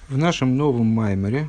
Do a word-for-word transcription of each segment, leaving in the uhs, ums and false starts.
В нашем новом майморе,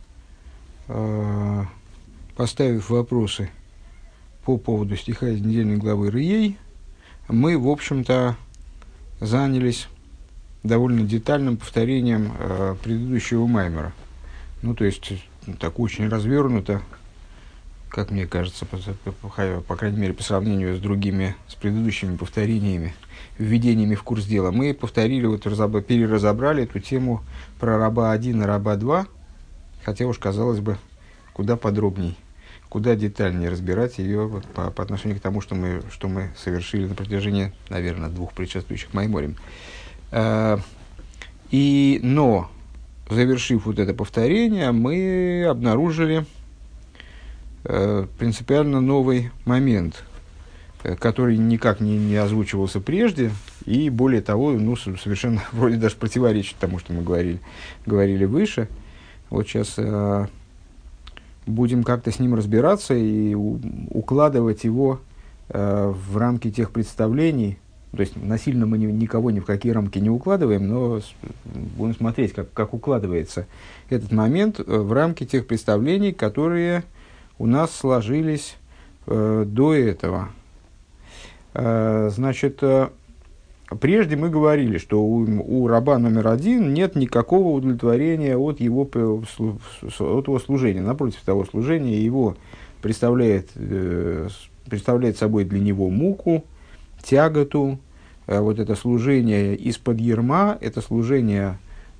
э, поставив вопросы по поводу стиха из недельной главы Рыей, мы, в общем-то, занялись довольно детальным повторением э, предыдущего маймора. Ну, то есть, так очень развернуто, как мне кажется, по, по, по крайней мере, по сравнению с другими, с предыдущими повторениями, введениями в курс дела, мы повторили, вот, разобра, переразобрали эту тему про раба один и раба два, хотя уж, казалось бы, куда подробней, куда детальнее разбирать ее вот, по, по отношению к тому, что мы, что мы совершили на протяжении, наверное, двух предшествующих майморим. А, и, но, завершив вот это повторение, мы обнаружили э, принципиально новый момент, который никак не, не озвучивался прежде, и более того, ну, совершенно вроде даже противоречит тому, что мы говорили, говорили выше. Вот сейчас э, будем как-то с ним разбираться и у, укладывать его э, в рамки тех представлений. То есть насильно мы ни, никого ни в какие рамки не укладываем, но с, будем смотреть, как, как укладывается этот момент в рамки тех представлений, которые у нас сложились э, до этого. Значит, прежде мы говорили, что у, у раба номер один нет никакого удовлетворения от его, от его служения. Напротив того, служение его представляет, представляет собой для него муку, тяготу. Вот это служение из-под ярма, это служение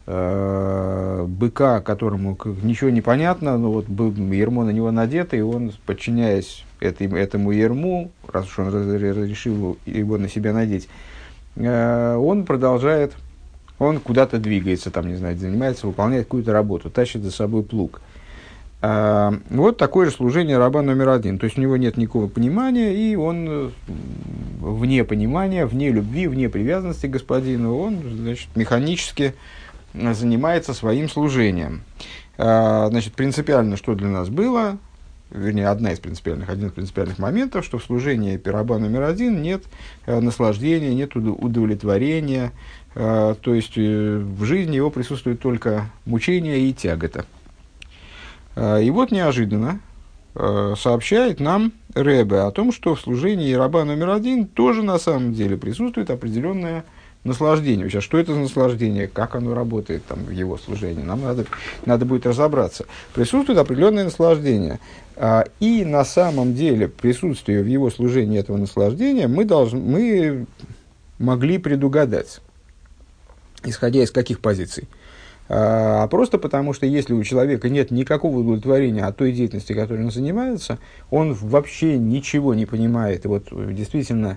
э, быка, которому ничего не понятно, но вот ярмо на него надето, и он, подчиняясь этой, этому ярму, раз уж он разрешил его на себя надеть, э, он продолжает, он куда-то двигается, там, не знаю, занимается, выполняет какую-то работу, тащит за собой плуг. Э, вот такое же служение раба номер один. То есть у него нет никакого понимания, и он вне понимания, вне любви, вне привязанности к господину, он, значит, механически занимается своим служением. Э, значит, принципиально, что для нас было, вернее, одна из принципиальных, один из принципиальных моментов, что в служении раба номер один нет э, наслаждения, нет удовлетворения, э, то есть э, в жизни его присутствует только мучение и тягота. Э, и вот неожиданно э, сообщает нам Ребе о том, что в служении раба номер один тоже на самом деле присутствует определенное наслаждение. Сейчас, что это за наслаждение, как оно работает там, в его служении, нам надо, надо будет разобраться. Присутствует определенное наслаждение. А, и на самом деле присутствие в его служении этого наслаждения мы, должны, мы могли предугадать. Исходя из каких позиций? А, а просто потому, что если у человека нет никакого удовлетворения от той деятельности, которой он занимается, он вообще ничего не понимает. И вот действительно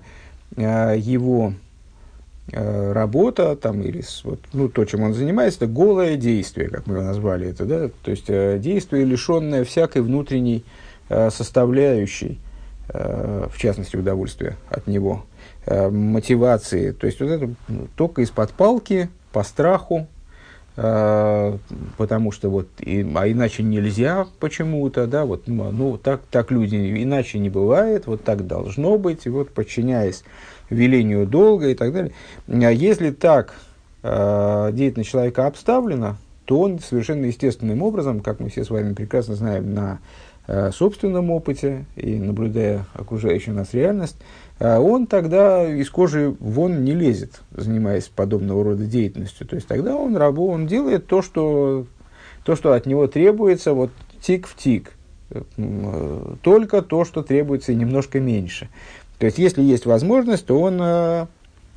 его работа, там, или вот, ну, то, чем он занимается, это голое действие, как мы его назвали это, да? То есть э, действие, лишенное всякой внутренней э, составляющей, э, в частности, удовольствия от него, э, мотивации. То есть вот это ну, только из-под палки, по страху, э, потому что вот, и, а иначе нельзя почему-то, да, вот, ну, ну так, так люди, иначе не бывает, вот так должно быть, и вот, подчиняясь велению долга и так далее. А если так э, деятельность человека обставлена, то он совершенно естественным образом, как мы все с вами прекрасно знаем на э, собственном опыте и наблюдая окружающую нас реальность, э, он тогда из кожи вон не лезет, занимаясь подобного рода деятельностью. То есть тогда он рабу, он делает то, что, то, что от него требуется, вот тик в тик. Э, только то, что требуется, и немножко меньше. То есть, если есть возможность, то он э,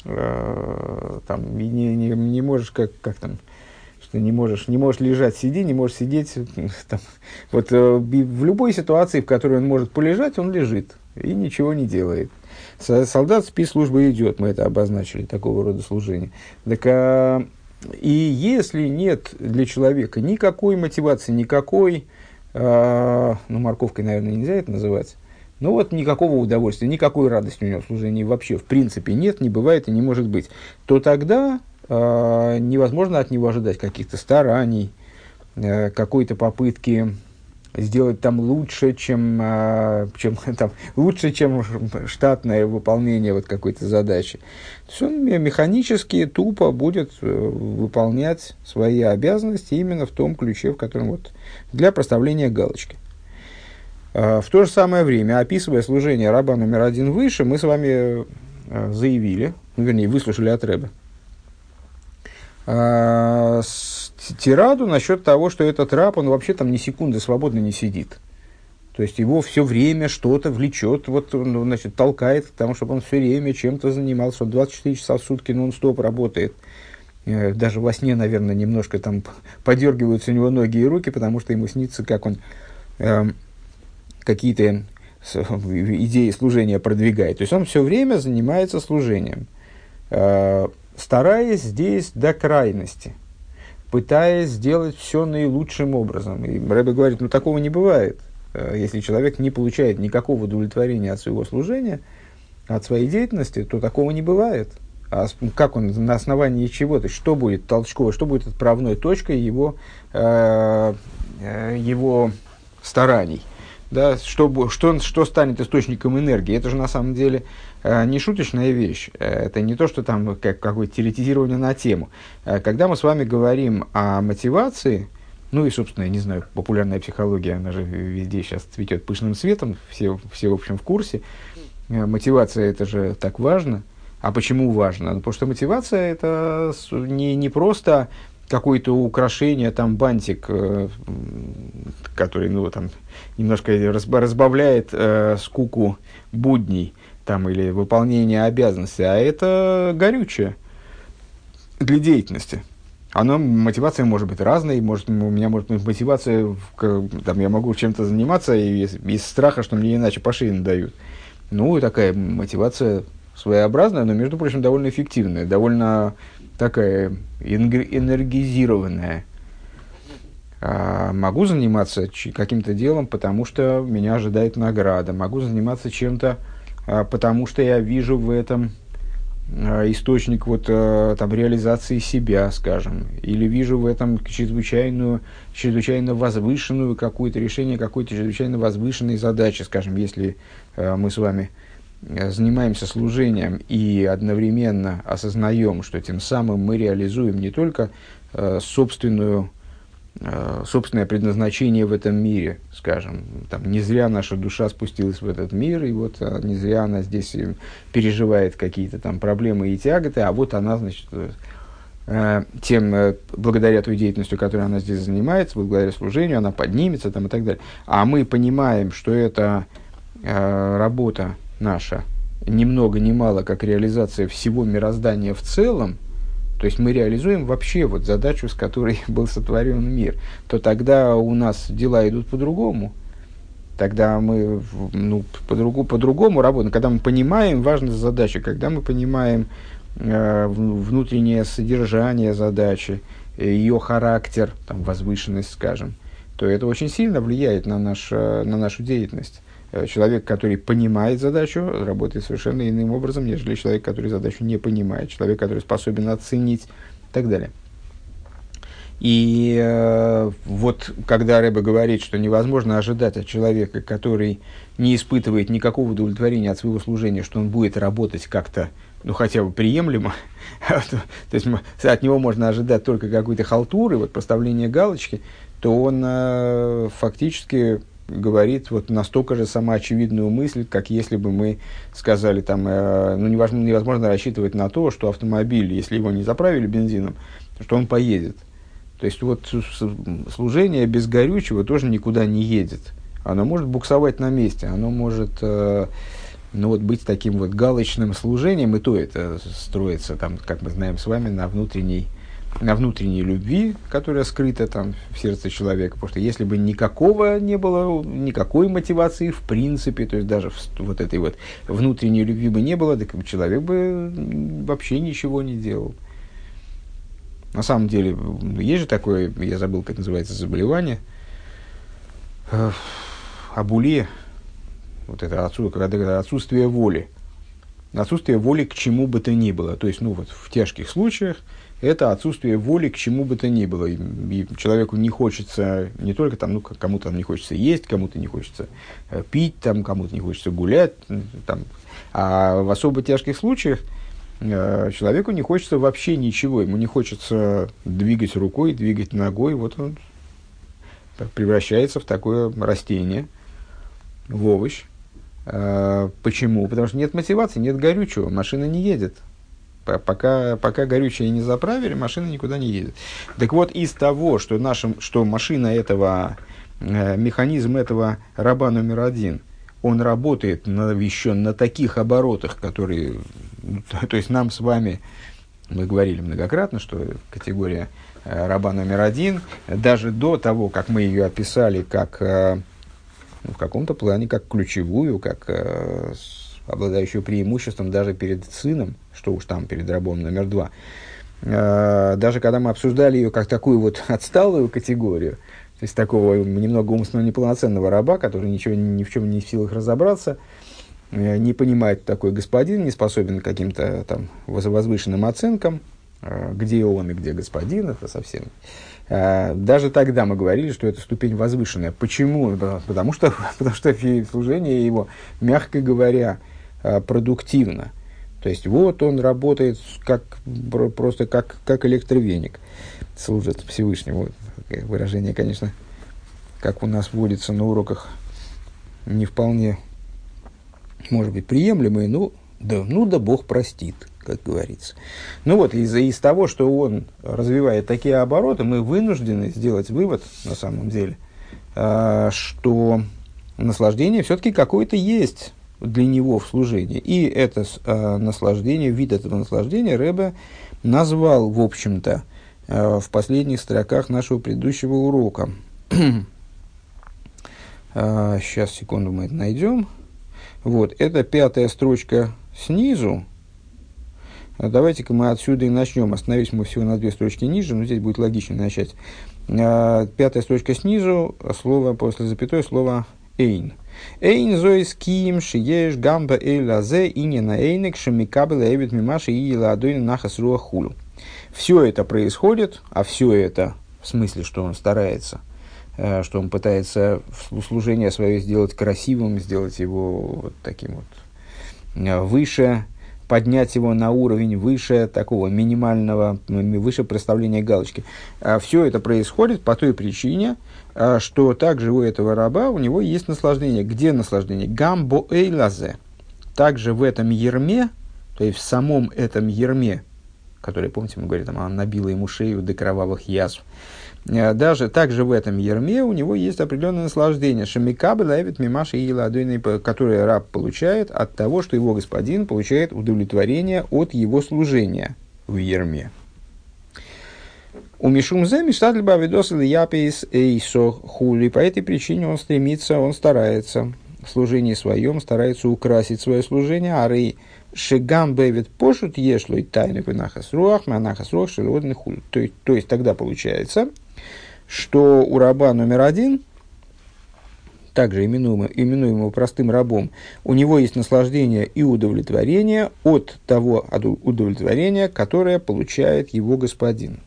э, там, не, не, не можешь, как, как там, что не можешь, не можешь лежать, сиди, не можешь сидеть. Там, вот, э, в любой ситуации, в которой он может полежать, он лежит и ничего не делает. Солдат спецслужбы идет, мы это обозначили, такого рода служение. Так, э, и если нет для человека никакой мотивации, никакой, э, ну, морковкой, наверное, нельзя это называть, ну вот никакого удовольствия, никакой радости у него в служении вообще в принципе нет, не бывает и не может быть, то тогда э, невозможно от него ожидать каких-то стараний, э, какой-то попытки сделать там лучше, чем, чем, там, лучше, чем штатное выполнение вот какой-то задачи. То есть он механически, тупо будет выполнять свои обязанности именно в том ключе, в котором вот, для проставления галочки. В то же самое время, описывая служение раба номер один выше, мы с вами заявили, ну, вернее, выслушали от Ребе, тираду насчет того, что этот раб, он вообще там ни секунды свободно не сидит. То есть его все время что-то влечет, вот, ну, значит, толкает к тому, чтобы он все время чем-то занимался, он двадцать четыре часа в сутки нон-стоп работает. Даже во сне, наверное, немножко там подергиваются у него ноги и руки, потому что ему снится, как он э, какие-то идеи служения продвигает. То есть он все время занимается служением, э, стараясь здесь до крайности, пытаясь сделать все наилучшим образом. И Ребе говорит, ну такого не бывает. Если человек не получает никакого удовлетворения от своего служения, от своей деятельности, то такого не бывает. А как он, на основании чего? То есть, что будет толчковой, что будет отправной точкой его, э, его стараний? Да, что, что, что станет источником энергии? Это же на самом деле э, не шуточная вещь. Это не то, что там как, какое-то теоретизирование на тему. Когда мы с вами говорим о мотивации, ну и, собственно, я не знаю, популярная психология, она же везде сейчас цветет пышным цветом, все, все в общем, в курсе. Мотивация – это же так важно. А почему важно? Потому что мотивация – это не, не просто какое-то украшение, там, бантик, э, который, ну, там, немножко разбавляет э, скуку будней, там, или выполнение обязанностей, а это горючее для деятельности. Оно, мотивация может быть разной, может, у меня может быть мотивация, в, там, я могу чем-то заниматься из, из страха, что мне иначе по шее надают. Ну, и такая мотивация своеобразная, но, между прочим, довольно эффективная, довольно такая энергизированная. А могу заниматься каким-то делом, потому что меня ожидает награда. Могу заниматься чем-то, а, потому что я вижу в этом а, источник вот, а, там, реализации себя, скажем. Или вижу в этом чрезвычайную, чрезвычайно возвышенную какое-то решение какой-то чрезвычайно возвышенной задачи, скажем, если а, мы с вами занимаемся служением и одновременно осознаем, что тем самым мы реализуем не только э, собственную, э, собственное предназначение в этом мире, скажем, там, не зря наша душа спустилась в этот мир, и вот э, не зря она здесь переживает какие-то там проблемы и тяготы, а вот она, значит, э, тем, э, благодаря той деятельности, которой она здесь занимается, благодаря служению, она поднимется там, и так далее. А мы понимаем, что это э, работа наша, ни много ни мало, как реализация всего мироздания в целом, то есть мы реализуем вообще вот задачу, с которой был сотворен мир, то тогда у нас дела идут по-другому. Тогда мы ну, по-другому, по-другому работаем. Когда мы понимаем важность задачи, когда мы понимаем э, внутреннее содержание задачи, ее характер, там, возвышенность, скажем, то это очень сильно влияет на, наш, на нашу деятельность. Человек, который понимает задачу, работает совершенно иным образом, нежели человек, который задачу не понимает, человек, который способен оценить и так далее. И э, вот когда Ребе говорит, что невозможно ожидать от человека, который не испытывает никакого удовлетворения от своего служения, что он будет работать как-то, ну, хотя бы приемлемо, то есть от него можно ожидать только какой-то халтуры, вот проставление галочки, то он э, фактически говорит вот настолько же самоочевидную мысль, как если бы мы сказали, там, э, ну, невозможно, невозможно рассчитывать на то, что автомобиль, если его не заправили бензином, что он поедет. То есть, вот служение без горючего тоже никуда не едет. Оно может буксовать на месте, оно может э, ну, вот, быть таким вот галочным служением, и то это строится, там, как мы знаем с вами, на внутренней на внутренней любви, которая скрыта там в сердце человека, потому что если бы никакого не было, никакой мотивации в принципе, то есть даже в, вот этой вот внутренней любви бы не было, так человек бы вообще ничего не делал. На самом деле, есть же такое, я забыл, как называется, заболевание, э, абулия, вот это отсутствие воли. Отсутствие воли к чему бы то ни было. То есть, ну вот в тяжких случаях, это отсутствие воли к чему бы то ни было. И, и человеку не хочется, не только там, ну, кому-то там не хочется есть, кому-то не хочется э, пить, там, кому-то не хочется гулять, там. А в особо тяжких случаях э, человеку не хочется вообще ничего. Ему не хочется двигать рукой, двигать ногой. Вот он превращается в такое растение, в овощ. Э, почему? Потому что нет мотивации, нет горючего, машина не едет. Пока, пока горючее не заправили, машина никуда не едет. Так вот, из того, что, нашим, что машина этого, э, механизм этого раба номер один, он работает на, еще на таких оборотах, которые, то, то есть нам с вами, мы говорили многократно, что категория э, раба номер один, даже до того, как мы ее описали как, э, ну, в каком-то плане, как ключевую, как э, обладающую преимуществом даже перед сыном, что уж там перед рабом номер два. Даже когда мы обсуждали ее как такую вот отсталую категорию, то есть такого немного умственно неполноценного раба, который ничего, ни в чем не в силах разобраться, не понимает, кто такой господин, не способен к каким-то там возвышенным оценкам, где он и где господин, это совсем... Даже тогда мы говорили, что это ступень возвышенная. Почему? Потому что, потому что служение его, мягко говоря, продуктивно. То есть, вот он работает как, просто как, как электровеник, служит Всевышнему. Выражение, конечно, как у нас вводится на уроках, не вполне, может быть, приемлемые, но да, ну да Бог простит, как говорится. Ну вот, из, из того, что он развивает такие обороты, мы вынуждены сделать вывод, на самом деле, э, что наслаждение все-таки какое-то есть для него в служении. И это э, наслаждение, вид этого наслаждения Ребе назвал, в общем-то, э, в последних строках нашего предыдущего урока. э, сейчас, секунду, мы это найдем. Вот, это пятая строчка снизу. Давайте-ка мы отсюда и начнем. Остановились мы всего на две строчки ниже, но здесь будет логично начать. Э, пятая строчка снизу, слово после запятой, слово «эйн». Эйн зоис киим шиеш гамба эйлазе и не на эйнек шамикабел эвид мимаши и ладойн нахас руахулу. Все это происходит, а все это в смысле, что он старается, что он пытается служение свое сделать красивым, сделать его вот таким вот выше, поднять его на уровень выше такого минимального, выше представления галочки. Все это происходит по той причине, что также у этого раба, у него есть наслаждение. Где наслаждение? Гамбо эйлазе. Также в этом ерме, то есть в самом этом ерме, который, помните, мы говорили, там, она набила ему шею до кровавых язв. Даже также в этом ерме у него есть определенное наслаждение. Шамикабы лавит мимаши и ладойный, которое раб получает от того, что его господин получает удовлетворение от его служения в ерме. У Мишумзе миштадльба видосил япис эйсо хули. По этой причине он стремится, он старается в служении своем, старается украсить свое служение. Ары шигам бевит пошут ешлой тайны пенахас руах, манахас руах шелодный хули. То есть тогда получается, что у раба номер один, также именуемого, именуемого простым рабом, у него есть наслаждение и удовлетворение от того удовлетворения, которое получает его господин.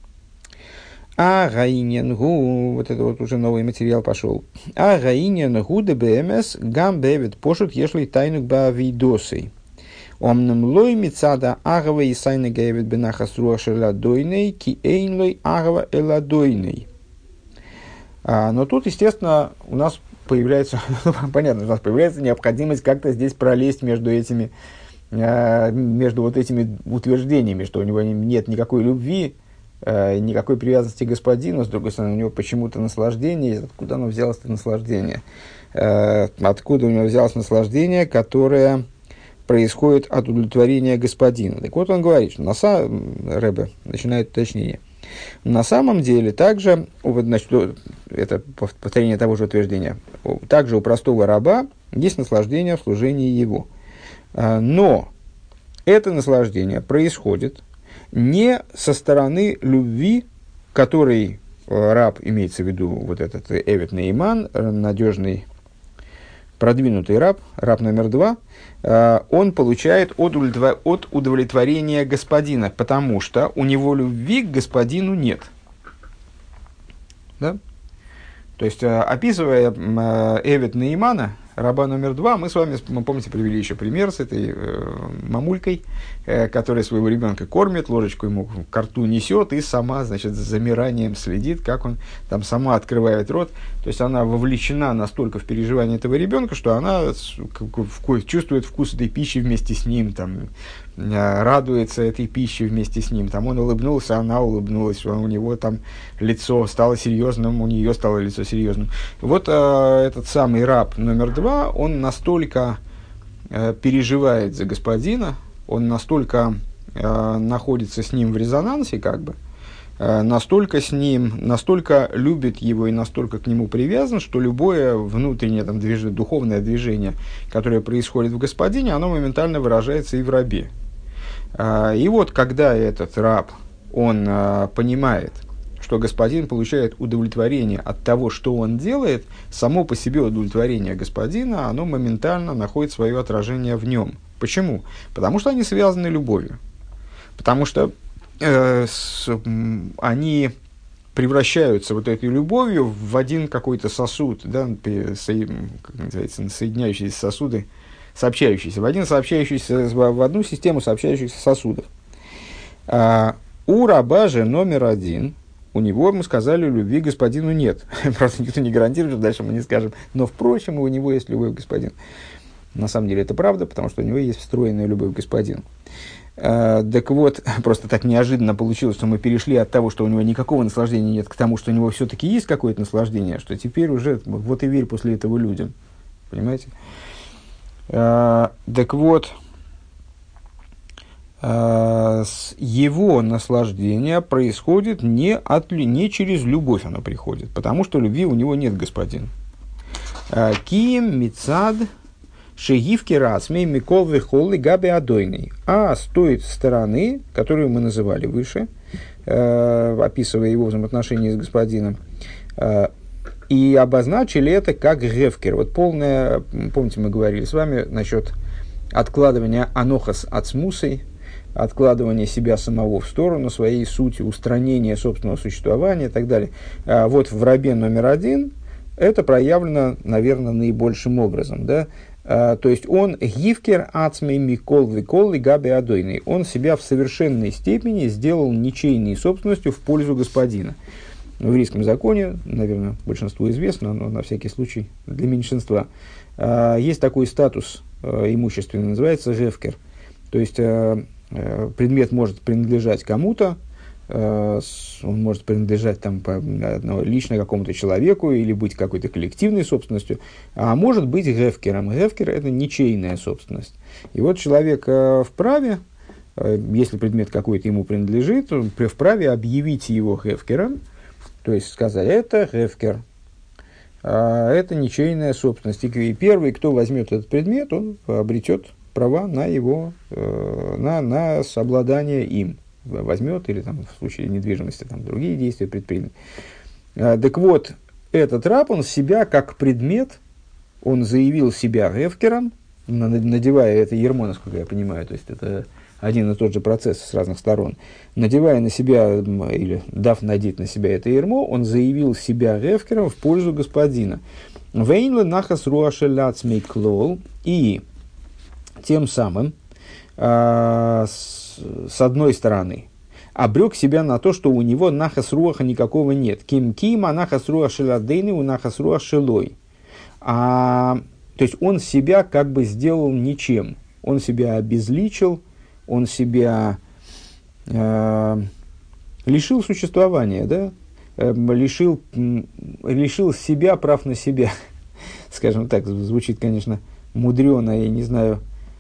А гаинен гу, вот это вот уже новый материал пошел. А гаинен гу дбмс гам бевит пошут ешлой тайну бавидосой. Омнам лой мицада агава и сайны гевит бенахас руаша ладойной ки эйнлой агава эладойной. Но тут, естественно, у нас появляется, понятно, у нас появляется необходимость как-то здесь пролезть между этими, между вот этими утверждениями, что у него нет никакой любви, никакой привязанности к господину, с другой стороны, у него почему-то наслаждение. Откуда оно взялось, это наслаждение? Откуда у него взялось наслаждение, которое происходит от удовлетворения господина? Так вот, он говорит, что на самом... Ребе начинает уточнение. На самом деле, также, значит, это повторение того же утверждения, также у простого раба есть наслаждение в служении его. Но это наслаждение происходит не со стороны любви, которой раб, имеется в виду вот этот Эвет Нейман, надежный продвинутый раб, раб номер два, э, он получает от, удовлетвор... от удовлетворения господина, потому что у него любви к господину нет. Да? То есть, э, описывая э, Эвет Наимана, раба номер два, мы с вами, мы, помните, привели еще пример с этой э, мамулькой, э, которая своего ребенка кормит, ложечку ему к рту несет и сама, значит, с замиранием следит, как он там сама открывает рот. То есть она вовлечена настолько в переживание этого ребенка, что она чувствует вкус этой пищи вместе с ним, там, радуется этой пище вместе с ним. Там он улыбнулся, она улыбнулась, у него там лицо стало серьезным, у нее стало лицо серьезным. Вот э, этот самый раб номер два, он настолько э, переживает за господина, он настолько э, находится с ним в резонансе, как бы, э, настолько с ним, настолько любит его и настолько к нему привязан, что любое внутреннее там, движение, духовное движение, которое происходит в господине, оно моментально выражается и в рабе. Э, и вот когда этот раб, он э, понимает, что господин получает удовлетворение от того, что он делает, само по себе удовлетворение господина, оно моментально находит свое отражение в нем. Почему? Потому что они связаны любовью. Потому что э, с, они превращаются вот этой любовью в один какой-то сосуд, да, со, как называется, соединяющиеся сосуды, сообщающиеся, в один сообщающийся, в одну систему сообщающихся сосудов. А у раба же номер один, у него, мы сказали, любви к господину нет. Просто никто не гарантирует, что дальше мы не скажем. Но, впрочем, у него есть любовь к господину. На самом деле это правда, потому что у него есть встроенная любовь к господину. А, так вот, просто так неожиданно получилось, что мы перешли от того, что у него никакого наслаждения нет, к тому, что у него все-таки есть какое-то наслаждение, что теперь уже вот и верь после этого людям. Понимаете? А, так вот, его наслаждение происходит не, от, не через любовь, оно приходит, потому что любви у него нет, господин. Кием мицад шегивки рацмей микол вихолы габи адойный. А с той стороны, которую мы называли выше, описывая его взаимоотношения с господином, и обозначили это как гевкер. Вот полное, помните, мы говорили с вами насчет откладывания анохас ацмусой, откладывание себя самого в сторону, своей сути, устранение собственного существования и так далее. А вот в рабе номер один это проявлено, наверное, наибольшим образом. Да? А, то есть он гивкер ацмей микол викол и габи адойный. Он себя в совершенной степени сделал ничейной собственностью в пользу господина. В еврейском законе, наверное, большинству известно, но на всякий случай для меньшинства, а, есть такой статус а, имущественный, называется гевкер. То есть а, предмет может принадлежать кому-то, он может принадлежать там, лично какому-то человеку или быть какой-то коллективной собственностью, а может быть гевкером. Гевкер – это ничейная собственность. И вот человек вправе, если предмет какой-то ему принадлежит, он вправе объявить его гевкером, то есть сказать, это гевкер, а это ничейная собственность. И первый, кто возьмет этот предмет, он обретет права на его, э, на, на обладание им. Возьмет или там, в случае недвижимости там, другие действия предпримет. А, так вот, этот раб, он себя как предмет, он заявил себя гевкером, надевая это ярмо, насколько я понимаю, то есть это один и тот же процесс с разных сторон. Надевая на себя, или дав надеть на себя это ярмо, он заявил себя гевкером в пользу господина. Вейнле нахас руашеляц мейклол, и тем самым, э, с, с одной стороны, обрек себя на то, что у него нахас руаха никакого нет. Ким кима нахас руах шеладейны у нахас руах шелой. А, то есть он себя как бы сделал ничем. Он себя обезличил, он себя э, лишил существования, да? э, лишил, лишил себя прав на себя. Скажем так, звучит, конечно, мудрено, я не знаю,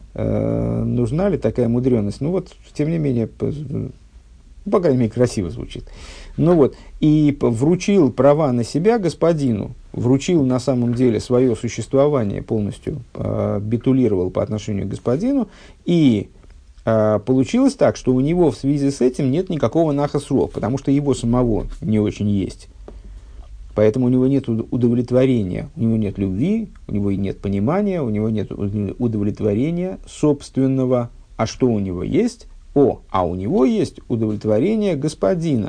нужна ли такая мудреность. Ну вот, тем не менее, по, по крайней мере, красиво звучит. Ну вот, и вручил права на себя господину, вручил на самом деле свое существование полностью, э, битулировал по отношению к господину, и э, получилось так, что у него в связи с этим нет никакого нахас руах, потому что его самого не очень есть. Поэтому у него нет удовлетворения, у него нет любви, у него нет понимания, у него нет удовлетворения собственного. А что у него есть? О, а у него есть удовлетворение господина.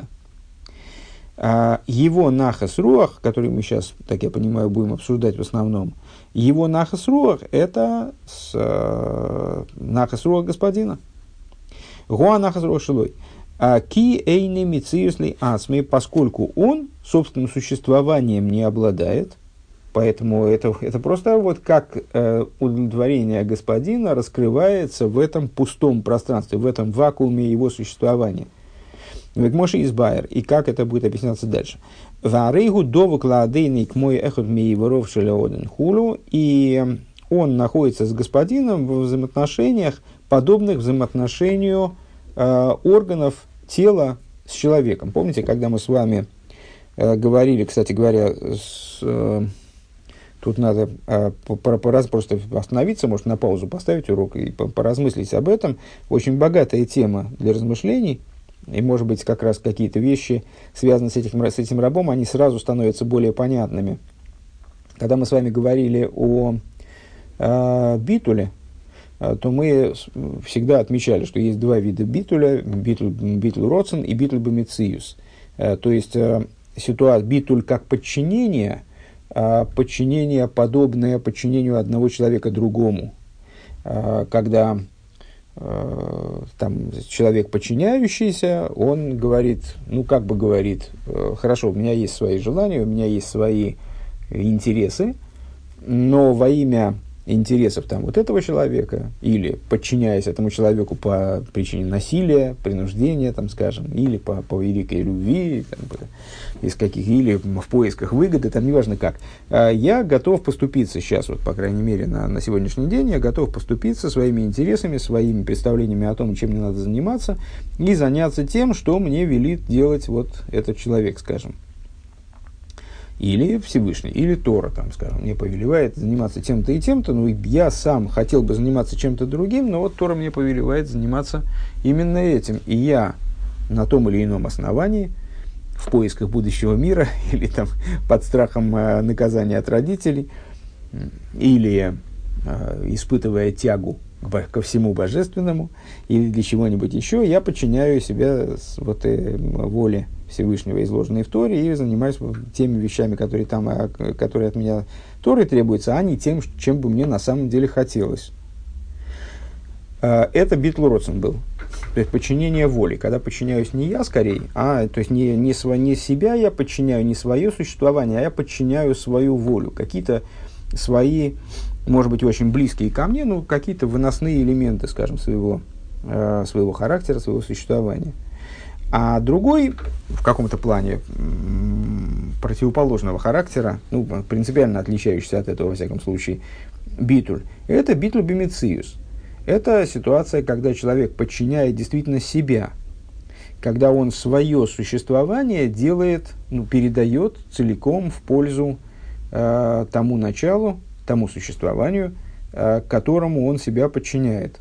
Его нахас руах, который мы сейчас, так я понимаю, будем обсуждать в основном, его нахас руах – это с, э, нахас руах господина. Гуа нахас руах шилой. Ки эйни мициюсли асмей, поскольку он собственным существованием не обладает, поэтому это, это просто вот как э, удовлетворение господина раскрывается в этом пустом пространстве, в этом вакууме его существования. Векмоши избайер. И как это будет объясняться дальше. Варейгу довук ладейный к мой эхот мейворов шелеоден хулу. И он находится с господином в взаимоотношениях, подобных взаимоотношению э, органов тела с человеком. Помните, когда мы с вами э, говорили, кстати говоря, с, э, тут надо э, пора, пора просто остановиться, может на паузу поставить урок и поразмыслить об этом. Очень богатая тема для размышлений. И, может быть, как раз какие-то вещи, связанные с этим, с этим рабом, они сразу становятся более понятными. Когда мы с вами говорили о э, битуле, э, то мы всегда отмечали, что есть два вида битуля: битуль, битуль роцен и битуль бомициюс. Э, то есть, э, ситуация битуль как подчинение, э, подчинение, подобное подчинению одного человека другому. Э, когда там человек подчиняющийся, он говорит, ну как бы говорит, хорошо, у меня есть свои желания, у меня есть свои интересы, но во имя интересов там, вот этого человека, или подчиняясь этому человеку по причине насилия, принуждения, там, скажем, или по, по великой любви, там, из каких, или в поисках выгоды, там, неважно как, я готов поступиться сейчас, вот, по крайней мере, на, на сегодняшний день, я готов поступиться своими интересами, своими представлениями о том, чем мне надо заниматься, и заняться тем, что мне велит делать вот этот человек, скажем. Или Всевышний, или Тора, там, скажем, мне повелевает заниматься тем-то и тем-то, ну, я сам хотел бы заниматься чем-то другим, но вот Тора мне повелевает заниматься именно этим. И я на том или ином основании, в поисках будущего мира, или там под страхом э, наказания от родителей, или э, испытывая тягу к, ко всему божественному, или для чего-нибудь еще, я подчиняю себя вот, э, воле Всевышнего, изложенной в Торе, и занимаюсь теми вещами, которые, там, которые от меня Торой требуются, а не тем, чем бы мне на самом деле хотелось. Это битл роцен был. То есть подчинение воли. Когда подчиняюсь не я скорее, а то есть не, не, сво, не себя я подчиняю, не свое существование, а я подчиняю свою волю. Какие-то свои, может быть, очень близкие ко мне, но какие-то выносные элементы, скажем, своего, э, своего характера, своего существования. А другой, в каком-то плане, противоположного характера, ну, принципиально отличающийся от этого, во всяком случае, битуль, это битуль бемициюс. Это ситуация, когда человек подчиняет действительно себя, когда он свое существование делает, ну, передает целиком в пользу э, тому началу, тому существованию, э, которому он себя подчиняет.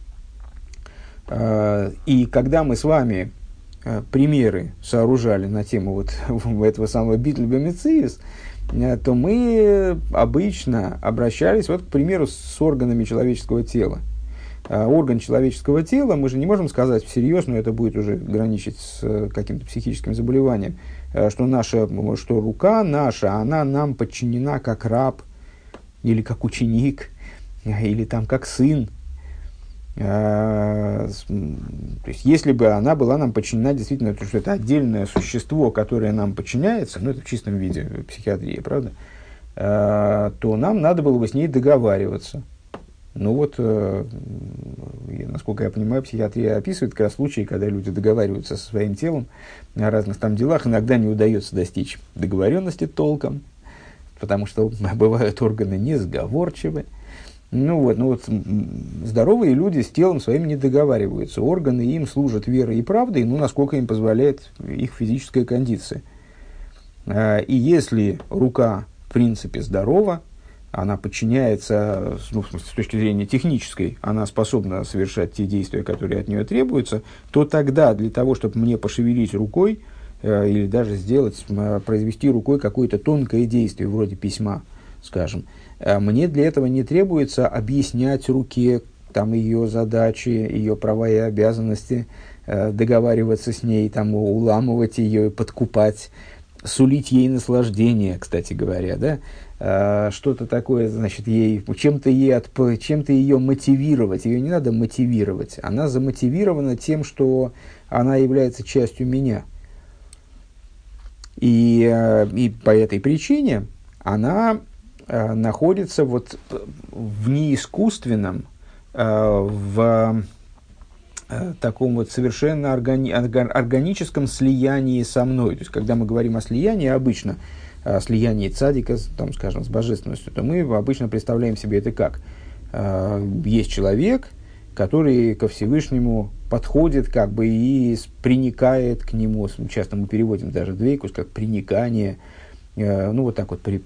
Э, и когда мы с вами примеры сооружали на тему вот этого самого битуль бемициюс, то мы обычно обращались вот, к примеру, с органами человеческого тела. Орган человеческого тела, мы же не можем сказать всерьез, но это будет уже граничить с каким-то психическим заболеванием, что, наша, что рука наша, она нам подчинена как раб, или как ученик, или там как сын. То есть, если бы она была нам подчинена, действительно, то, что это отдельное существо, которое нам подчиняется, ну, это в чистом виде психиатрия, правда, то нам надо было бы с ней договариваться. Ну вот, насколько я понимаю, психиатрия описывает как раз случаи, когда люди договариваются со своим телом о разных там делах, иногда не удается достичь договоренности толком, потому что бывают органы несговорчивы. Ну вот, ну вот, здоровые люди с телом своим не договариваются. Органы им служат верой и правдой, ну, насколько им позволяет их физическая кондиция. И если рука, в принципе, здорова, она подчиняется, ну, в смысле, с точки зрения технической, она способна совершать те действия, которые от нее требуются, то тогда для того, чтобы мне пошевелить рукой, э, или даже сделать, э, произвести рукой какое-то тонкое действие, вроде письма, скажем. Э, мне для этого не требуется объяснять руке там, ее задачи, ее права и обязанности, э, договариваться с ней, там, уламывать ее, подкупать, сулить ей наслаждение, кстати говоря, да, э, что-то такое, значит, ей, чем-то, ей от, чем-то ее мотивировать, ее не надо мотивировать, она замотивирована тем, что она является частью меня. И, э, и по этой причине она э, находится вот в неискусственном, э, в таком вот совершенно органи- органическом слиянии со мной. То есть, когда мы говорим о слиянии, обычно о слиянии цадика, там, скажем, с божественностью, то мы обычно представляем себе это как? Есть человек, который ко Всевышнему подходит как бы и приникает к нему. Часто мы переводим даже двейкус как приникание. Ну, вот так вот при,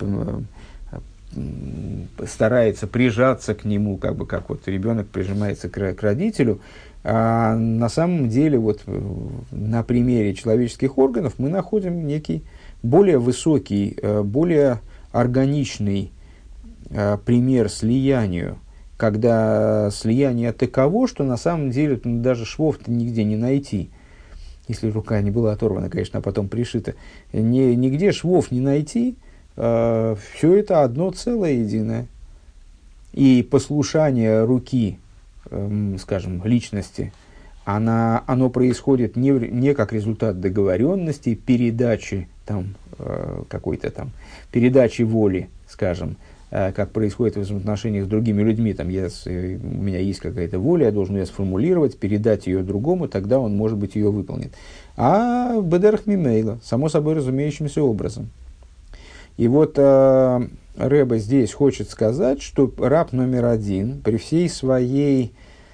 старается прижаться к нему, как бы как вот ребенок прижимается к, к родителю. А на самом деле, вот на примере человеческих органов мы находим некий более высокий, более органичный пример слиянию, когда слияние таково, что на самом деле даже швов-то нигде не найти. Если рука не была оторвана, конечно, а потом пришита. Ни, нигде швов не найти, все это одно целое единое. И послушание руки, скажем, личности, она, оно происходит не, не как результат договоренности, передачи там, какой-то там, передачи воли, скажем, как происходит в взаимоотношениях с другими людьми. Там я, у меня есть какая-то воля, я должен ее сформулировать, передать ее другому, тогда он, может быть, ее выполнит. А бедерх мимейла, само собой разумеющимся образом. И вот э, Ребе здесь хочет сказать, что раб номер один при всей своей...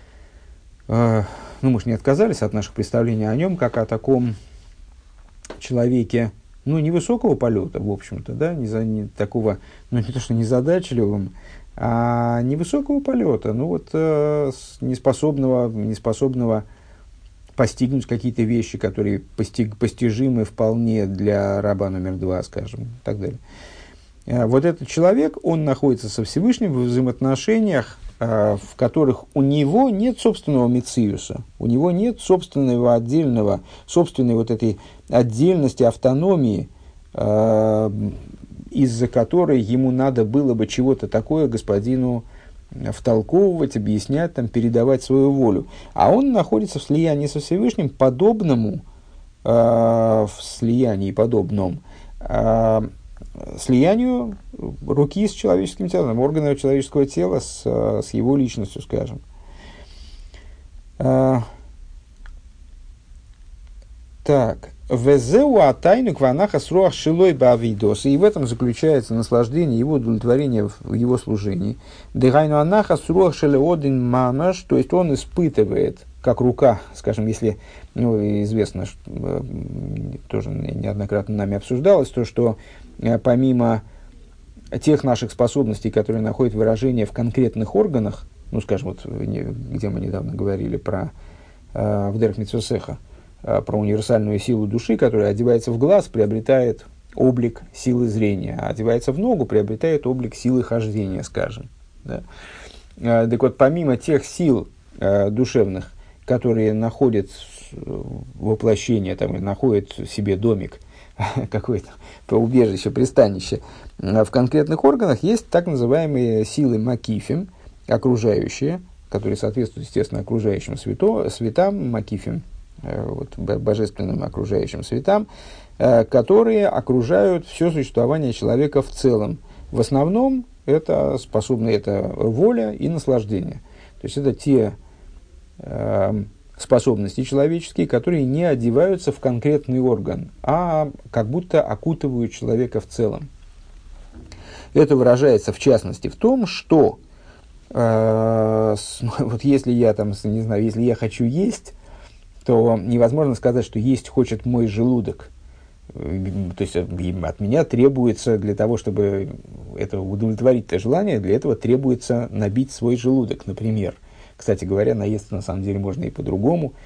Э, ну, мы же не отказались от наших представлений о нем, как о таком человеке, ну, невысокого полета, в общем-то, да, не, за, не такого, ну, не то, что незадачливым, а невысокого полета, ну, вот, э, неспособного, неспособного постигнуть какие-то вещи, которые постиг, постижимы вполне для раба номер два, скажем, и так далее. Э, вот этот человек, он находится со Всевышним в взаимоотношениях, э, в которых у него нет собственного мециуса, у него нет собственного отдельного, собственной вот этой отдельности, автономии, э, из-за которой ему надо было бы чего-то такое господину втолковывать, объяснять, там, передавать свою волю. А он находится в слиянии со Всевышним, подобному, э, в слиянии подобном, э, слиянию руки с человеческим телом, органа человеческого тела с, с его личностью, скажем. Э, так. Везеу атайну кванаха сруах шилой бавидос. И в этом заключается наслаждение, его удовлетворение в его служении. Дегайну анаха сруах шелеодин мамаш, то есть он испытывает, как рука, скажем, если, ну, известно, что, э, тоже неоднократно нами обсуждалось, то, что э, помимо тех наших способностей, которые находят выражение в конкретных органах, ну, скажем, вот, где мы недавно говорили про э, в Дерech Мицвот Сеха, про универсальную силу души, которая одевается в глаз, приобретает облик силы зрения, а одевается в ногу, приобретает облик силы хождения, скажем. Да? Так вот, помимо тех сил э, душевных, которые находят воплощение, там, и находят себе домик, какое-то убежище, пристанище, в конкретных органах есть так называемые силы макифим, окружающие, которые соответствуют, естественно, окружающим свято, светам, макифим, вот, божественным окружающим светам, э, которые окружают все существование человека в целом. В основном это способны, это воля и наслаждение. То есть это те э, способности человеческие, которые не одеваются в конкретный орган, а как будто окутывают человека в целом. Это выражается в частности в том, что э, с, вот если я там, не знаю, если я хочу есть, то невозможно сказать, что есть хочет мой желудок. То есть от меня требуется, для того, чтобы это удовлетворить это желание, для этого требуется набить свой желудок, например. Кстати говоря, наесться на самом деле можно и по-другому.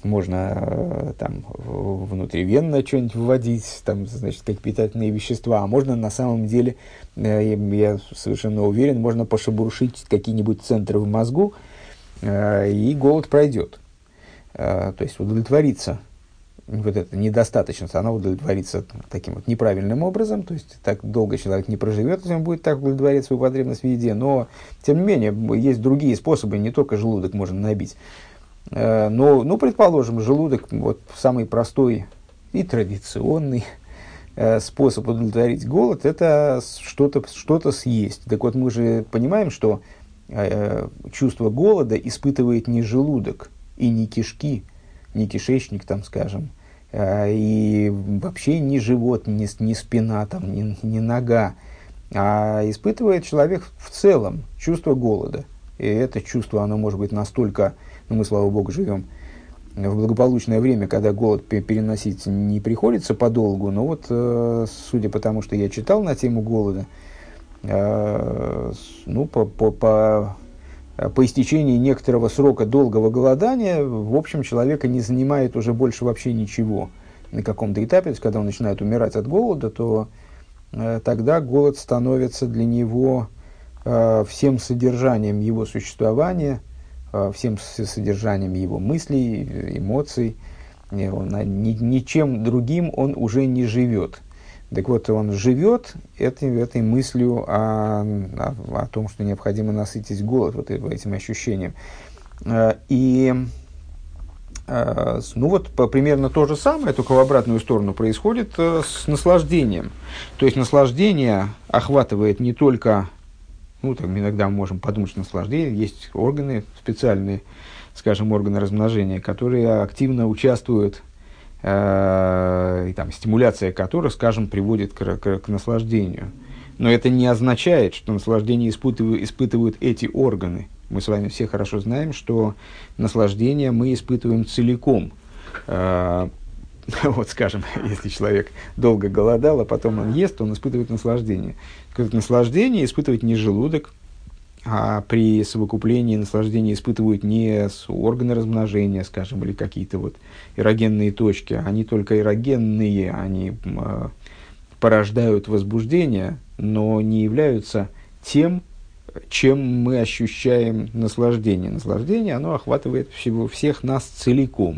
можно там внутривенно что-нибудь вводить, там, значит, как питательные вещества, а можно на самом деле, я совершенно уверен, можно пошебуршить какие-нибудь центры в мозгу, и голод пройдет. То есть удовлетвориться вот эта недостаточность, она удовлетворится таким вот неправильным образом, то есть так долго человек не проживет, если он будет так удовлетворять свою потребность в еде, но, тем не менее, есть другие способы, не только желудок можно набить. Но, ну, предположим, желудок, вот самый простой и традиционный способ удовлетворить голод, это что-то, что-то съесть. Так вот, мы же понимаем, что чувство голода испытывает не желудок и не кишки, не кишечник, там, скажем, и вообще не живот, не, не спина, там, не, не нога, а испытывает человек в целом чувство голода. И это чувство, оно может быть настолько, ну, мы, слава богу, живем в благополучное время, когда голод переносить не приходится подолгу, но вот, судя по тому, что я читал на тему голода, ну, по, по, по по истечении некоторого срока долгого голодания, в общем, человека не занимает уже больше вообще ничего на каком-то этапе. То есть, когда он начинает умирать от голода, то э, тогда голод становится для него э, всем содержанием его существования, э, всем содержанием его мыслей, эмоций. И он, ни, ничем другим он уже не живет. Так вот, он живет этой, этой мыслью о, о, о том, что необходимо насытить голод вот этим ощущением. И ну вот примерно то же самое, только в обратную сторону происходит с наслаждением. То есть наслаждение охватывает не только, ну там иногда мы можем подумать, что наслаждение, есть органы специальные, скажем, органы размножения, которые активно участвуют, и там, стимуляция которых, скажем, приводит к, к, к наслаждению. Но это не означает, что наслаждение испытывают, испытывают эти органы. Мы с вами все хорошо знаем, что наслаждение мы испытываем целиком. Вот, скажем, если человек долго голодал, а потом он ест, то он испытывает наслаждение. Наслаждение испытывает не желудок, а при совокуплении наслаждения испытывают не органы размножения, скажем, или какие-то вот эрогенные точки. Они только эрогенные, они э, порождают возбуждение, но не являются тем, чем мы ощущаем наслаждение. Наслаждение, оно охватывает всего, всех нас целиком.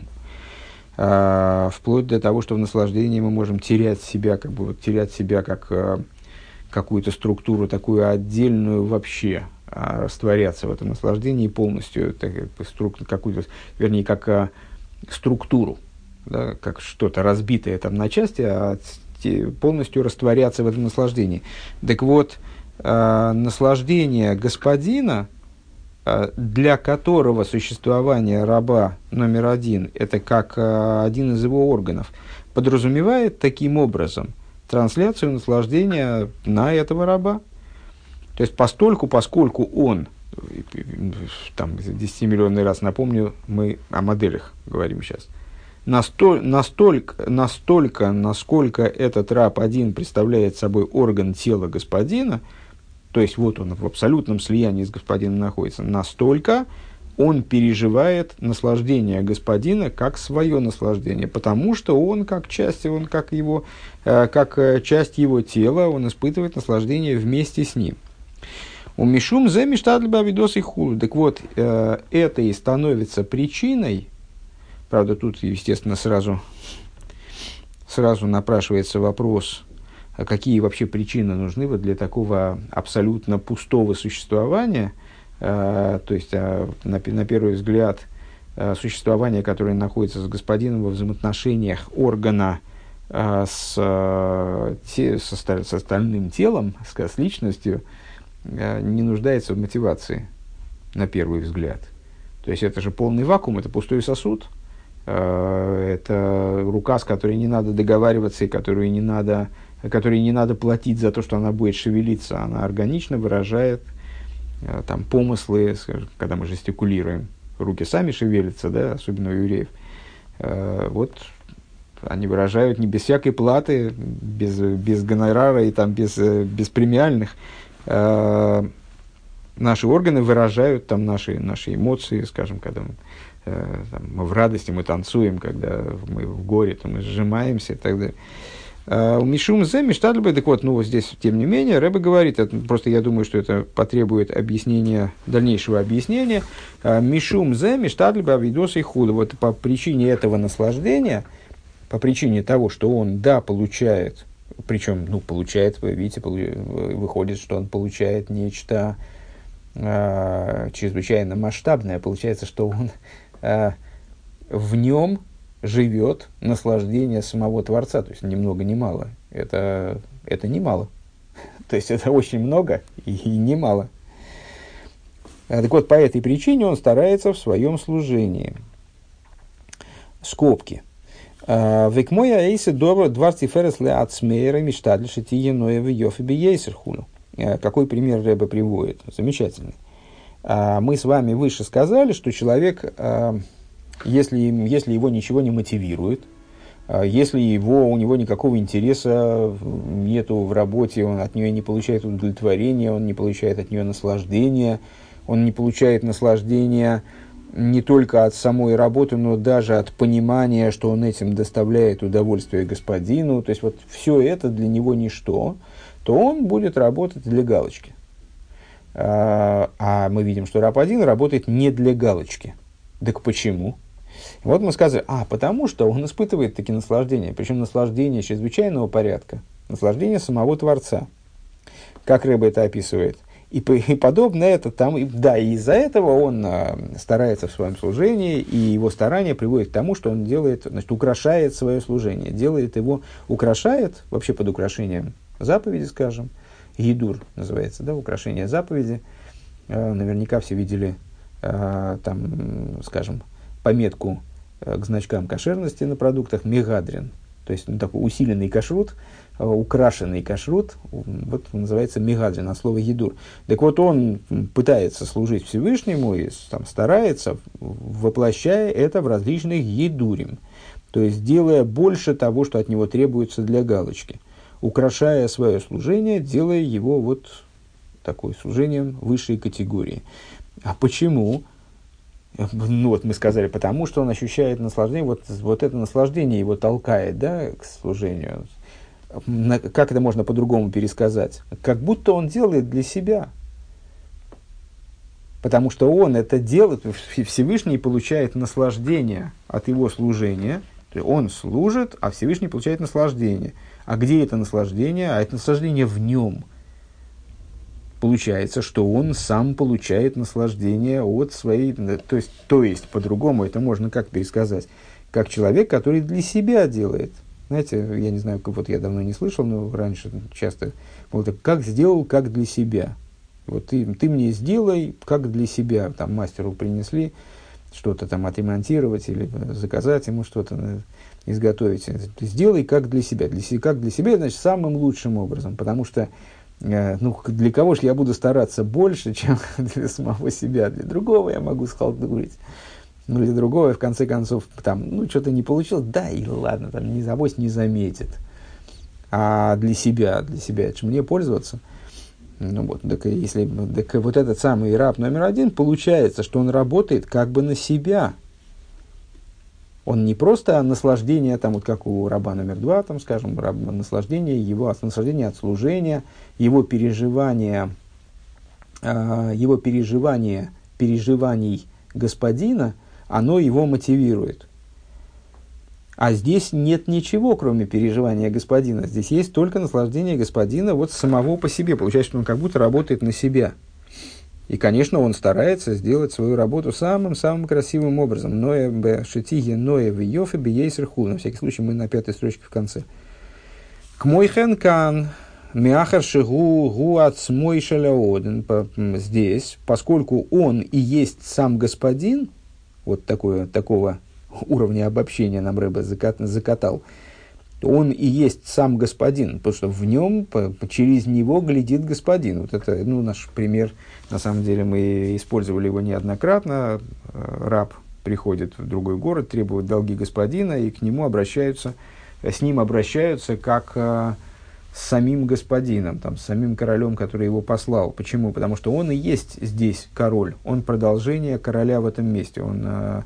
Э, вплоть до того, что в наслаждении мы можем терять себя, как бы, вот, терять себя как э, какую-то структуру, такую отдельную вообще, растворяться в этом наслаждении полностью, так, какую-то, вернее, как а, структуру, да, как что-то разбитое там на части, а те, полностью растворяться в этом наслаждении. Так вот, а, наслаждение господина, а, для которого существование раба номер один, это как а, один из его органов, подразумевает таким образом трансляцию наслаждения на этого раба. То есть, постольку, поскольку он, там, десятимиллионный раз напомню, мы о моделях говорим сейчас, настоль, настолько, настолько, насколько этот раб один представляет собой орган тела господина, то есть, вот он в абсолютном слиянии с господином находится, настолько он переживает наслаждение господина как свое наслаждение, потому что он как часть, он как, его, как часть его тела, он испытывает наслаждение вместе с ним. У Мишум зе миштадль бавидос и хулу. Так вот, э, это и становится причиной, правда, тут, естественно, сразу, сразу напрашивается вопрос, а какие вообще причины нужны вот для такого абсолютно пустого существования, э, то есть, э, на, на первый взгляд, э, существование, которое находится с господином во взаимоотношениях органа э, с, э, те, со, с остальным телом, с, с личностью, не нуждается в мотивации, на первый взгляд. То есть, это же полный вакуум, это пустой сосуд, это рука, с которой не надо договариваться, и которую не надо, которой не надо платить за то, что она будет шевелиться. Она органично выражает там, помыслы, скажем, когда мы жестикулируем. Руки сами шевелятся, да, особенно у евреев. Вот они выражают не без всякой платы, без, без гонорара и там, без, без премиальных. Наши органы выражают там наши, наши эмоции, скажем, когда мы э, там, мы в радости мы танцуем, когда мы в горе, то мы сжимаемся и так далее. У Мишум зе миштадлбе, так вот, ну вот здесь, тем не менее, Рэбе говорит, это, просто я думаю, что это потребует объяснения, дальнейшего объяснения. Мишум зе миштадлбе авидос и худа. Вот по причине этого наслаждения, по причине того, что он, да, получает, причем, ну, получает, вы видите, выходит, что он получает нечто э, чрезвычайно масштабное. Получается, что он э, в нем живет наслаждение самого Творца, то есть ни много ни мало. Это, это немало. То есть это очень много и, и немало. Так вот, по этой причине он старается в своем служении. Скобки. Век моя эйсе добро двадцать ферес ле ацмейра мечтадли шитие ноевы йофиби ейсерхулу. Какой пример Рэбе приводит? Замечательный. Мы с вами выше сказали, что человек, если, если его ничего не мотивирует, если его, у него никакого интереса нету в работе, он от нее не получает удовлетворения, он не получает от нее наслаждения, он не получает наслаждения не только от самой работы, но даже от понимания, что он этим доставляет удовольствие господину, то есть вот все это для него ничто, то он будет работать для галочки. А, а мы видим, что раб один работает не для галочки. Так почему? Вот мы сказали, а, потому что он испытывает такие наслаждения, причем наслаждение чрезвычайного порядка, наслаждение самого Творца. Как Рэбе это описывает. И, и подобно это там, и, да, и из-за этого он а, старается в своем служении, и его старание приводит к тому, что он делает, значит, украшает свое служение, делает его, украшает, вообще под украшением заповеди, скажем, гидур называется, да, украшение заповеди. А, наверняка все видели а, там, скажем, пометку а, к значкам кошерности на продуктах мегадрин, то есть ну, такой усиленный кашрут, украшенный кашрут, вот называется мегадрин, от слова гидур. Так вот, он пытается служить Всевышнему и там, старается, воплощая это в различных гидурим, то есть делая больше того, что от него требуется для галочки, украшая свое служение, делая его вот такое служением высшей категории. А почему? Ну, вот мы сказали, потому что он ощущает наслаждение, вот, вот это наслаждение его толкает, да, к служению. Как это можно по-другому пересказать? Как будто он делает для себя. Потому что он это делает, Всевышний получает наслаждение от его служения. Он служит, а Всевышний получает наслаждение. А где это наслаждение? А это наслаждение в нем. Получается, что он сам получает наслаждение от своей... То есть, то есть по-другому это можно как пересказать? Как человек, который для себя делает. Знаете, я не знаю, вот я давно не слышал, но раньше часто вот как сделал, как для себя. Вот ты, ты мне сделай, как для себя. Там мастеру принесли что-то там отремонтировать или заказать ему что-то, изготовить. Сделай, как для себя. Для себя, как для себя, значит, самым лучшим образом. Потому что, э, ну, для кого же я буду стараться больше, чем для самого себя. Для другого я могу схалтурить. Ну, для другого, в конце концов, там, ну, что-то не получилось, да, и ладно, там, не авось не заметит. А для себя, для себя, это же мне пользоваться. Ну, вот, так, если, так вот этот самый раб номер один, получается, что он работает как бы на себя. Он не просто наслаждение, там, вот как у раба номер два, там, скажем, раб, наслаждение его, наслаждение от служения, его переживание, э, его переживание, переживаний господина, оно его мотивирует. А здесь нет ничего, кроме переживания господина. Здесь есть только наслаждение господина вот самого по себе. Получается, что он как будто работает на себя. И, конечно, он старается сделать свою работу самым-самым красивым образом. Ноэ б шитиге ноэ в йофе б ейсерху. На всякий случай мы на пятой строчке в конце. К мой хенкан мяхар шигу гу ацмой шаляоден. Здесь, поскольку он и есть сам господин, вот такое, такого уровня обобщения нам Рэбе закатал, он и есть сам господин, потому что в нем, по, через него глядит господин. Вот это, ну, наш пример, на самом деле, мы использовали его неоднократно. Раб приходит в другой город, требует долги господина, и к нему обращаются, с ним обращаются как с самим господином, там, с самим королем, который его послал. Почему? Потому что он и есть здесь король, он продолжение короля в этом месте, он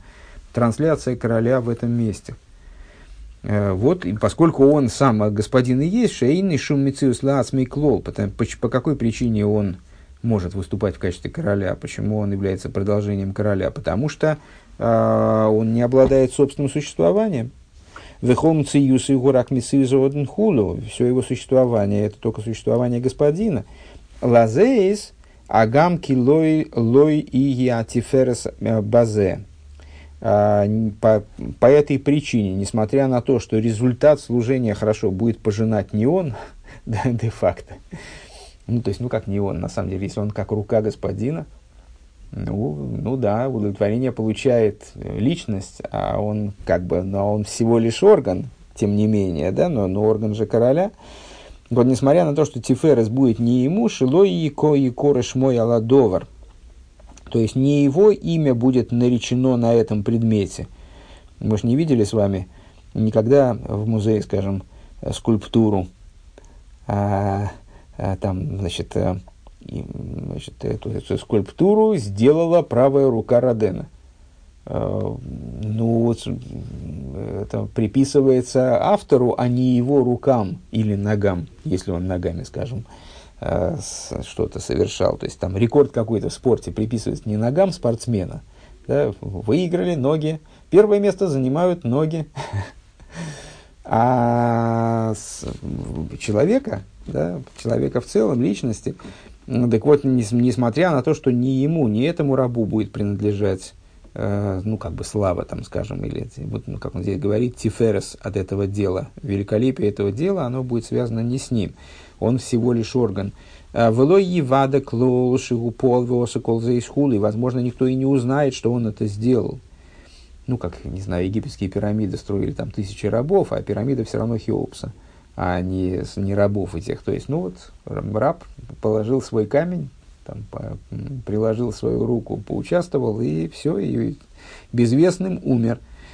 трансляция короля в этом месте. Вот, и поскольку он сам господин и есть, шейный шум мициус лаацмей клол, по, по какой причине он может выступать в качестве короля, почему он является продолжением короля, потому что э, он не обладает собственным существованием. Вехом циюс и гурак мициус оден хулу, все его существование это только существование господина. Лазеис агамки лой лой и атиферес базе. По, по этой причине, несмотря на то, что результат служения хорошо будет пожинать не он, де-факто, ну, то есть, ну, как не он, на самом деле, если он как рука господина, ну, ну да, удовлетворение получает личность, а он как бы, но он всего лишь орган, тем не менее, да, но, но орган же короля. Вот, несмотря на то, что Тиферес будет не ему, шилой и ко и кореш мой аладовар, то есть, не его имя будет наречено на этом предмете. Мы же не видели с вами никогда в музее, скажем, скульптуру. А, а, там, значит, а, значит эту, эту скульптуру сделала правая рука Родена. А, ну, вот, это приписывается автору, а не его рукам или ногам, если он ногами, скажем, что-то совершал. То есть там рекорд какой-то в спорте приписывается не ногам спортсмена. Да, выиграли ноги. Первое место занимают ноги. А человека, да, человека в целом, личности, так вот, несмотря на то, что ни ему, ни этому рабу будет принадлежать, ну, как бы слава, там, скажем, или, вот, ну, как он здесь говорит, тиферес от этого дела, великолепие этого дела, оно будет связано не с ним. Он всего лишь орган. Велой евада клол шигупол веосокол заисхули. Возможно, никто и не узнает, что он это сделал. Ну, как, не знаю, египетские пирамиды строили там тысячи рабов, а пирамида все равно Хеопса, а не, не рабов этих. То есть, ну вот, раб положил свой камень, там, по, приложил свою руку, поучаствовал, и все, и безвестным умер.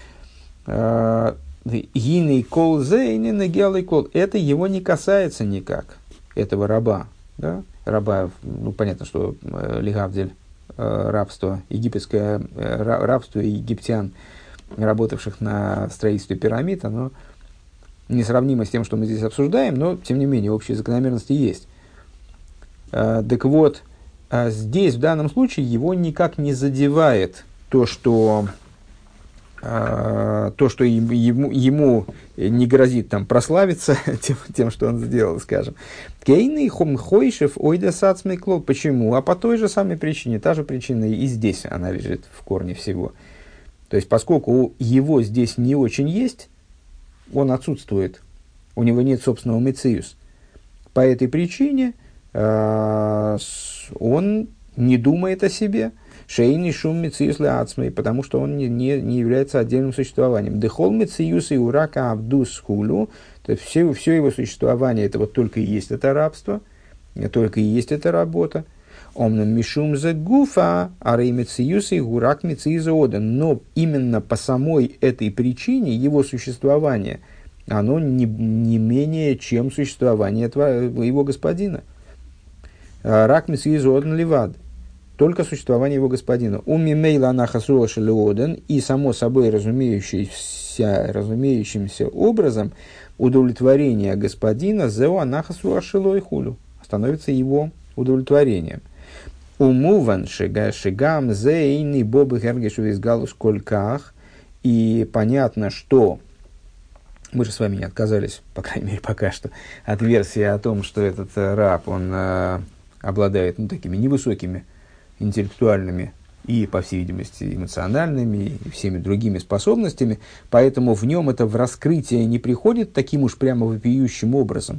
Гиней кол зейнин гелый кол. Это его не касается никак, этого раба. Да? Раба, ну понятно, что э, лигавдель, э, рабство, египетское э, рабство египтян, работавших на строительстве пирамид, оно несравнимо с тем, что мы здесь обсуждаем, но тем не менее общие закономерности есть. Э, так вот, э, здесь в данном случае его никак не задевает то, что то, что ему, ему не грозит там прославиться тем, тем, что он сделал, скажем. Кейный хомхойшев ойда сацмей клол. Почему? А по той же самой причине. Та же причина и здесь она лежит в корне всего. То есть, поскольку его здесь не очень есть, он отсутствует. У него нет собственного мециус. По этой причине э, он не думает о себе. Шейный шум мециус леацмей, потому что он не, не, не является отдельным существованием. Дехол мециус и урака абдус хулю, то есть все, все его существование это вот только и есть это рабство, только и есть эта работа. Омнам мишум за гуфа, арей мециус и урак мециус оден. Но именно по самой этой причине его существование, оно не, не менее, чем существование этого, его господина. Рак мециус оден ливад. Только существование его господина. Уми мейла нахасула шелеоден, и само собой разумеющимся, разумеющимся образом удовлетворение господина зео анахасула шелой хулю становится его удовлетворением. Умуван шигам зейни бобы хергешу из галус кольках, и понятно, что мы же с вами не отказались, по крайней мере пока что, от версии о том, что этот раб, он э, обладает ну, такими невысокими интеллектуальными и, по всей видимости, эмоциональными и всеми другими способностями, поэтому в нем это в раскрытие не приходит таким уж прямо вопиющим образом.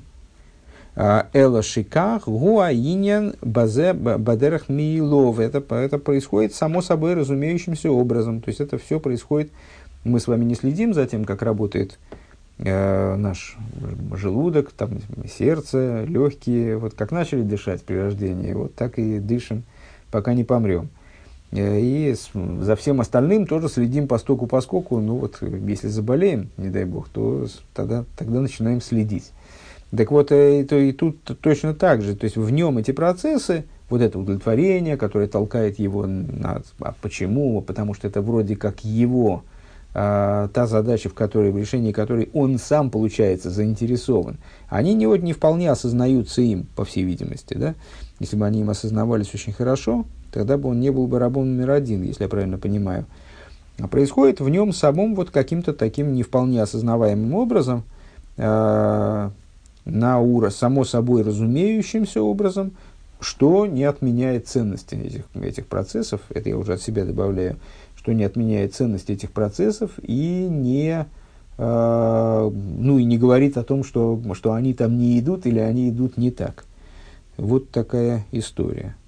Эла шиках гуаиньян базе бадерах миилов. Это, это происходит само собой разумеющимся образом. То есть это все происходит, мы с вами не следим за тем, как работает э, наш желудок, там, сердце, легкие. Вот как начали дышать при рождении, вот так и дышим, пока не помрем. И за всем остальным тоже следим постоку поскоку. Ну вот, если заболеем, не дай бог, то тогда, тогда начинаем следить. Так вот, и, то, и тут точно так же. То есть в нем эти процессы, вот это удовлетворение, которое толкает его на... А почему? Потому что это вроде как его, а, та задача, в, которой, в решении которой он сам, получается, заинтересован. Они не, не вполне осознаются им, по всей видимости. Да? Если бы они им осознавались очень хорошо, тогда бы он не был бы рабом номер один, если я правильно понимаю. А происходит в нем самом вот каким-то таким не вполне осознаваемым образом, э, на ура, само собой разумеющимся образом, что не отменяет ценности этих, этих процессов, это я уже от себя добавляю, что не отменяет ценности этих процессов и не, э, ну, и не говорит о том, что, что они там не идут или они идут не так. Вот такая история.